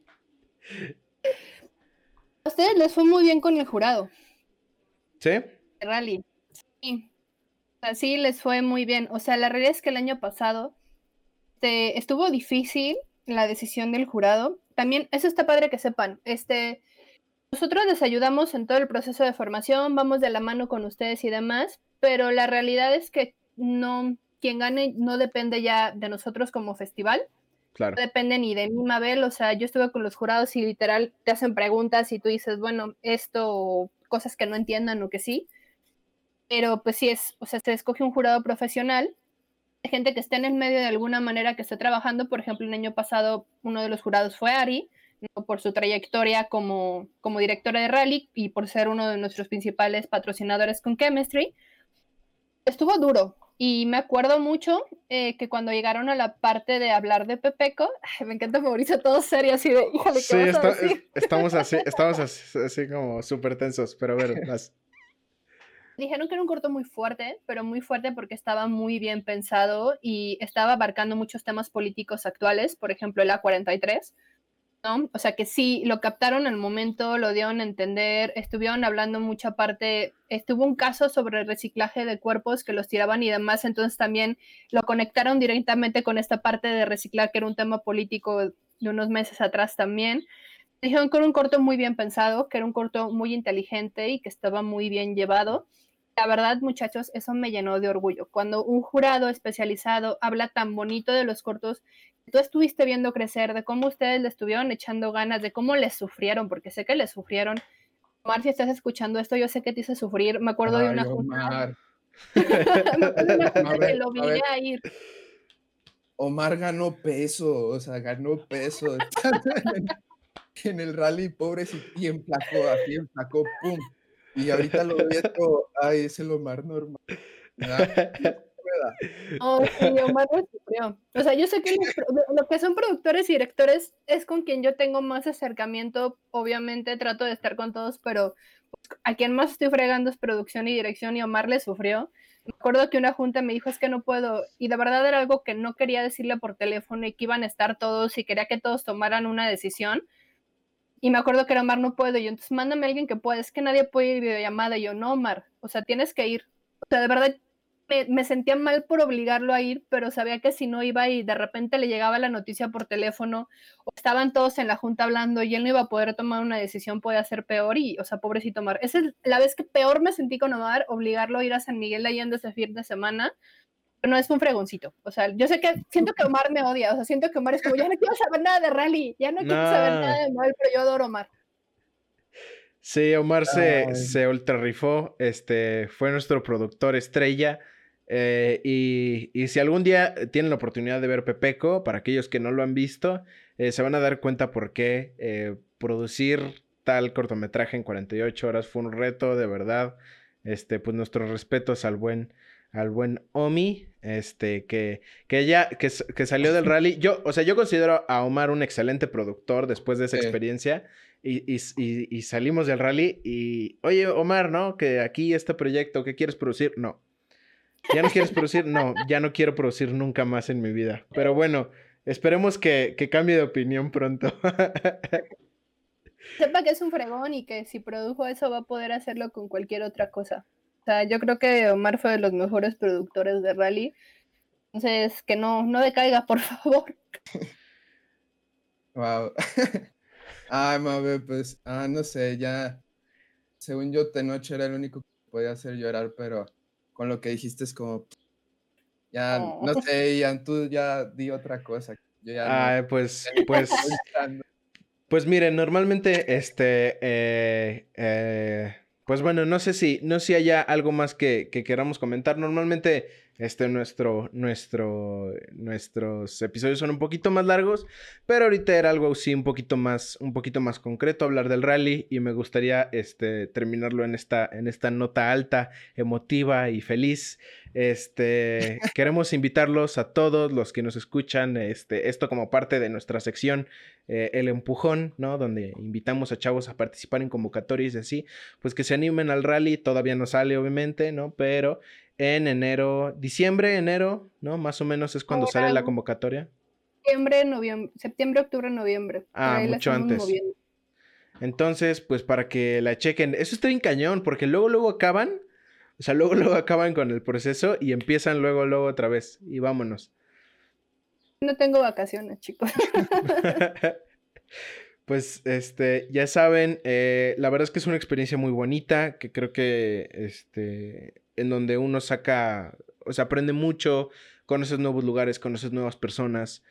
A ustedes les fue muy bien con el jurado. ¿Sí? Rally. Sí. Así les fue muy bien. O sea, la realidad es que el año pasado estuvo difícil la decisión del jurado. También, eso está padre que sepan. Nosotros les ayudamos en todo el proceso de formación, vamos de la mano con ustedes y demás, pero la realidad es que quien gane no depende ya de nosotros como festival. Claro. No depende ni de mí, Mabel. O sea, yo estuve con los jurados y literal te hacen preguntas y tú dices, bueno, esto, o cosas que no entiendan o que sí. Pero pues sí o sea, se escoge un jurado profesional, gente que esté en el medio de alguna manera, que esté trabajando. Por ejemplo, el año pasado uno de los jurados fue Ari, ¿no? Por su trayectoria como directora de rally y por ser uno de nuestros principales patrocinadores con Chemistry. Estuvo duro y me acuerdo mucho que cuando llegaron a la parte de hablar de Pepeco, me encanta Mauricio todo serio, así de, híjole, sí, ¿qué vas a decir? estamos así como súper tensos, pero a ver, más. Dijeron que era un corto muy fuerte, pero muy fuerte porque estaba muy bien pensado y estaba abarcando muchos temas políticos actuales, por ejemplo, el A43, ¿no? O sea que sí, lo captaron al momento, lo dieron a entender, estuvieron hablando mucha parte, estuvo un caso sobre el reciclaje de cuerpos que los tiraban y demás, entonces también lo conectaron directamente con esta parte de reciclar, que era un tema político de unos meses atrás también. Dijeron que era un corto muy bien pensado, que era un corto muy inteligente y que estaba muy bien llevado. La verdad, muchachos, eso me llenó de orgullo. Cuando un jurado especializado habla tan bonito de los cortos, tú estuviste viendo crecer, de cómo ustedes le estuvieron echando ganas, de cómo les sufrieron, porque sé que les sufrieron. Omar, si estás escuchando esto, yo sé que te hice sufrir. Me acuerdo de una junta. Que lo obligué a ir. Omar ganó peso, o sea, ganó peso. En el rally, pobrecito, y enflacó, pum. Y ahorita lo veo, ay, es el Omar normal. Oh, sí, Omar lo sufrió. O sea, yo sé que lo que son productores y directores es con quien yo tengo más acercamiento. Obviamente trato de estar con todos, pero pues, a quien más estoy fregando es producción y dirección, y Omar le sufrió. Me acuerdo que una junta me dijo, es que no puedo, y de verdad era algo que no quería decirle por teléfono y que iban a estar todos y quería que todos tomaran una decisión. Y me acuerdo que era Omar, no puedo. Y yo, entonces mándame a alguien que pueda. Es que nadie puede ir videollamada. Y yo, no, Omar, o sea, tienes que ir. O sea, de verdad me sentía mal por obligarlo a ir, pero sabía que si no iba y de repente le llegaba la noticia por teléfono o estaban todos en la junta hablando y él no iba a poder tomar una decisión, podía ser peor. Y, o sea, pobrecito Omar. Esa es la vez que peor me sentí con Omar, obligarlo a ir a San Miguel de Allende ese fin de semana. Pero no es un fregoncito. O sea, yo sé que siento que Omar me odia. O sea, siento que Omar es como, ya no quiero saber nada de rally, ya no quiero saber nada de Omar, pero yo adoro a Omar. Sí, Omar se ultra rifó. Fue nuestro productor estrella. Y si algún día tienen la oportunidad de ver Pepeco, para aquellos que no lo han visto, se van a dar cuenta por qué producir tal cortometraje en 48 horas fue un reto, de verdad. Pues nuestros respetos al buen Omi, que salió del rally. Yo considero a Omar un excelente productor después de esa experiencia. Y salimos del rally y, oye, Omar, ¿no? Que aquí este proyecto, ¿qué quieres producir? No. ¿Ya no quieres producir? No, ya no quiero producir nunca más en mi vida. Pero bueno, esperemos que cambie de opinión pronto. sepa que es un fregón y que si produjo eso va a poder hacerlo con cualquier otra cosa. O sea, yo creo que Omar fue de los mejores productores de rally. Entonces, que no decaiga, por favor. Wow. Ay, Mabe, pues, no sé, ya, según yo, Tenoch era el único que podía hacer llorar, pero con lo que dijiste es como, ya, Oh. no sé, ya tú ya di otra cosa. Yo ya no. Ay, pues miren, normalmente, pues bueno, no sé si haya algo más que queramos comentar. Normalmente, nuestros episodios son un poquito más largos, pero ahorita era algo así un poquito más concreto, hablar del rally, y me gustaría, terminarlo en esta nota alta, emotiva y feliz. Queremos invitarlos a todos los que nos escuchan, esto como parte de nuestra sección, El Empujón, ¿no? Donde invitamos a chavos a participar en convocatorias y así, pues que se animen al rally. Todavía no sale, obviamente, ¿no? Pero en diciembre, enero, ¿no? Más o menos es cuando sale la convocatoria. Septiembre, octubre, noviembre. Por Ah, ahí la mucho estamos antes. moviendo. Entonces, pues para que la chequen. Eso está bien cañón, porque luego acaban. O sea, luego acaban con el proceso y empiezan luego otra vez. Y vámonos. No tengo vacaciones, chicos. Pues, ya saben, la verdad es que es una experiencia muy bonita, que creo que, en donde uno saca, o sea, aprende mucho, conoces nuevos lugares, conoces nuevas personas,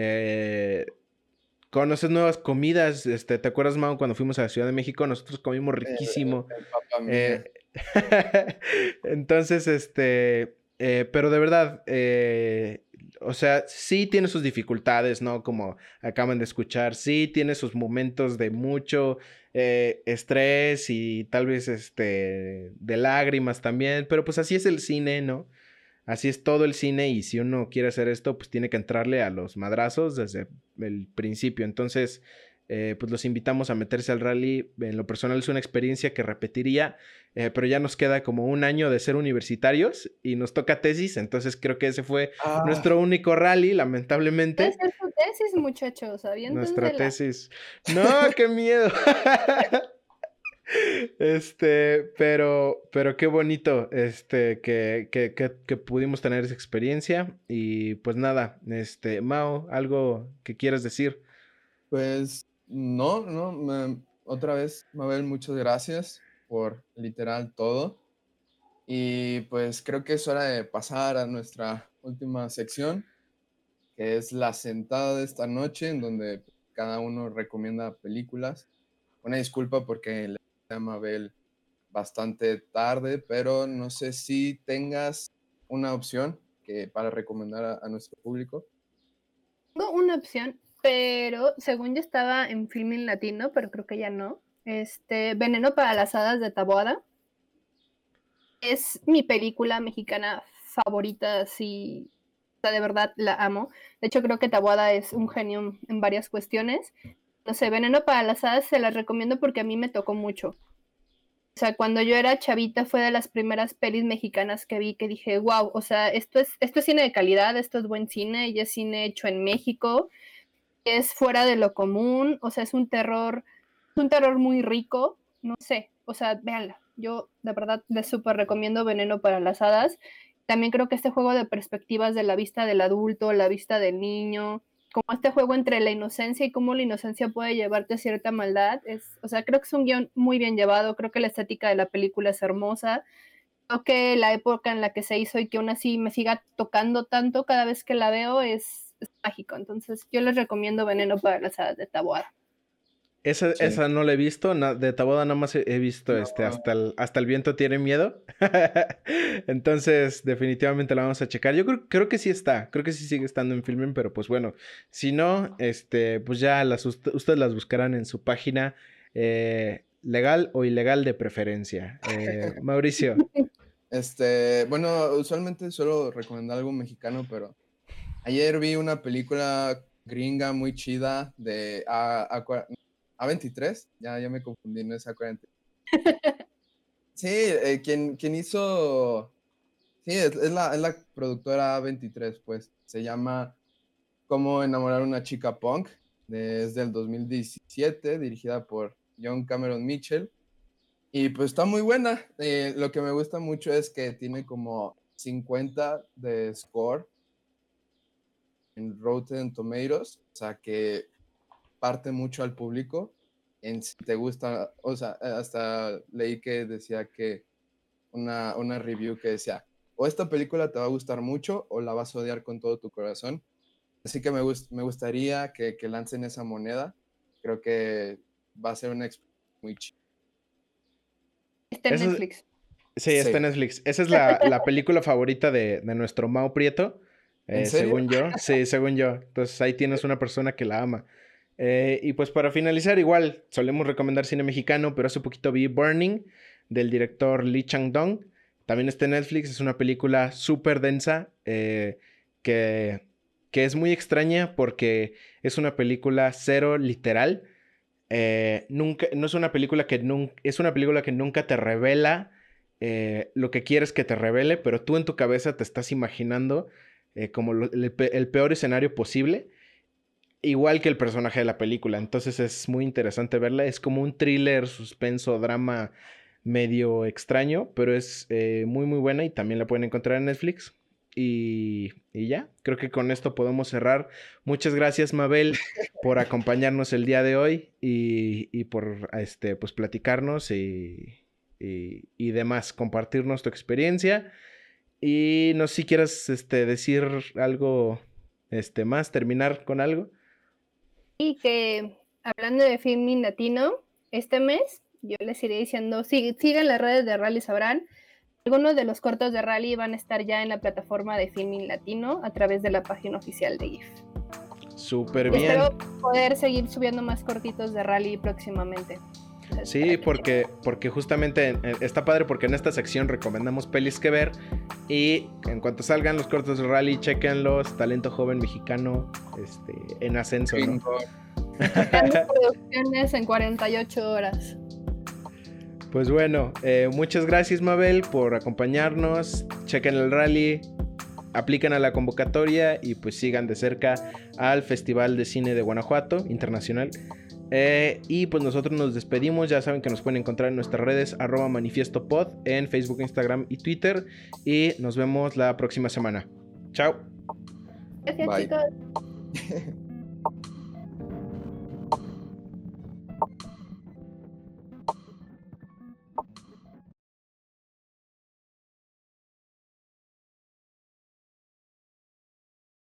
conoces nuevas comidas. ¿Te acuerdas, Mau, cuando fuimos a la Ciudad de México? Nosotros comimos riquísimo. El papá mía. Eh, entonces, pero de verdad, o sea, sí tiene sus dificultades, ¿no? Como acaban de escuchar, sí tiene sus momentos de mucho estrés y tal vez, de lágrimas también, pero pues así es el cine, ¿no? Así es todo el cine, y si uno quiere hacer esto, pues tiene que entrarle a los madrazos desde el principio. Entonces, pues los invitamos a meterse al rally. En lo personal es una experiencia que repetiría, pero ya nos queda como un año de ser universitarios y nos toca tesis, entonces creo que ese fue nuestro único rally, Puede lamentablemente. ser su tesis, muchachos. Nuestra Aviéntensela. tesis. No, qué miedo. Pero qué bonito, que pudimos tener esa experiencia. Y pues nada, Mao, ¿algo que quieras decir? Pues no, otra vez, Mabel, muchas gracias por literal todo. Y pues creo que es hora de pasar a nuestra última sección, que es la sentada de esta noche, en donde cada uno recomienda películas. Una disculpa porque le a Mabel bastante tarde, pero no sé si tengas una opción para recomendar a nuestro público. Tengo una opción, pero según yo estaba en Filmin Latino, pero creo que ya no. Veneno para las Hadas de Taboada. Es mi película mexicana favorita, sí, o sea, de verdad la amo. De hecho, creo que Taboada es un genio en varias cuestiones. No sé, Veneno para las Hadas se las recomiendo porque a mí me tocó mucho. O sea, cuando yo era chavita fue de las primeras pelis mexicanas que vi que dije, wow, o sea, esto es cine de calidad, esto es buen cine, y es cine hecho en México, es fuera de lo común, o sea, es un terror muy rico, no sé, o sea, véanla. Yo de verdad les súper recomiendo Veneno para las Hadas. También creo que este juego de perspectivas de la vista del adulto, la vista del niño, como este juego entre la inocencia y cómo la inocencia puede llevarte a cierta maldad, o sea, creo que es un guión muy bien llevado, creo que la estética de la película es hermosa, creo que la época en la que se hizo y que aún así me siga tocando tanto cada vez que la veo es mágico. Entonces yo les recomiendo Veneno para las Hadas de Taboada. Sí. Esa no la he visto, de Taboada nada más he visto No, hasta el viento tiene miedo. Entonces, definitivamente la vamos a checar. Yo creo que sí está, creo que sí sigue estando en Filmin, pero pues bueno, si no, pues ya ustedes las buscarán en su página, legal o ilegal de preferencia. Mauricio. Bueno, usualmente suelo recomendar algo mexicano, pero ayer vi una película gringa muy chida de A23, ya me confundí, no es A40. Sí, quien hizo, sí, es la productora A23, pues, se llama Cómo enamorar a una chica punk, es del 2017, dirigida por John Cameron Mitchell. Y pues está muy buena. Lo que me gusta mucho es que tiene como 50 de score en Rotten Tomatoes, o sea que parte mucho al público en si te gusta, o sea, hasta leí que decía que una review que decía, o esta película te va a gustar mucho o la vas a odiar con todo tu corazón. Así que me gustaría que lancen esa moneda. Creo que va a ser una experiencia muy chida. Está en Eso es- Netflix. Sí, está en Sí. Netflix. Esa es la película favorita de nuestro Mau Prieto, ¿En serio? según yo. Sí, según yo. Entonces ahí tienes una persona que la ama. Y pues para finalizar, igual solemos recomendar cine mexicano, pero hace poquito vi Burning del director Lee Chang-dong. También está en Netflix. Es una película súper densa que, que es muy extraña porque es una película cero literal. Nunca, no es una película es una película que nunca te revela lo que quieres que te revele, pero tú en tu cabeza te estás imaginando como el peor escenario posible, igual que el personaje de la película. Entonces es muy interesante verla. Es como un thriller, suspenso, drama medio extraño, pero es muy muy buena y también la pueden encontrar en Netflix. Y ya, creo que con esto podemos cerrar. Muchas gracias, Mabel, por acompañarnos el día de hoy y por pues platicarnos y demás, compartirnos tu experiencia. Y no sé si quieras decir algo más, terminar con algo. Y que hablando de filming latino, este mes yo les iré diciendo, sigan las redes de Rally Sabrán. Algunos de los cortos de Rally van a estar ya en la plataforma de Filming Latino a través de la página oficial de GIF. Súper Y bien. espero poder seguir subiendo más cortitos de Rally próximamente. Sí, porque justamente está padre porque en esta sección recomendamos pelis que ver y en cuanto salgan los cortos de Rally, chequenlos, talento joven mexicano en ascenso, ¿no? Sacando producciones en 48 horas. Pues bueno, muchas gracias, Mabel, por acompañarnos. Chequen el Rally, aplican a la convocatoria y pues sigan de cerca al Festival de Cine de Guanajuato Internacional. Y pues nosotros nos despedimos. Ya saben que nos pueden encontrar en nuestras redes @manifiestopod en Facebook, Instagram y Twitter. Y nos vemos la próxima semana. Chao. Gracias, Bye. chicos.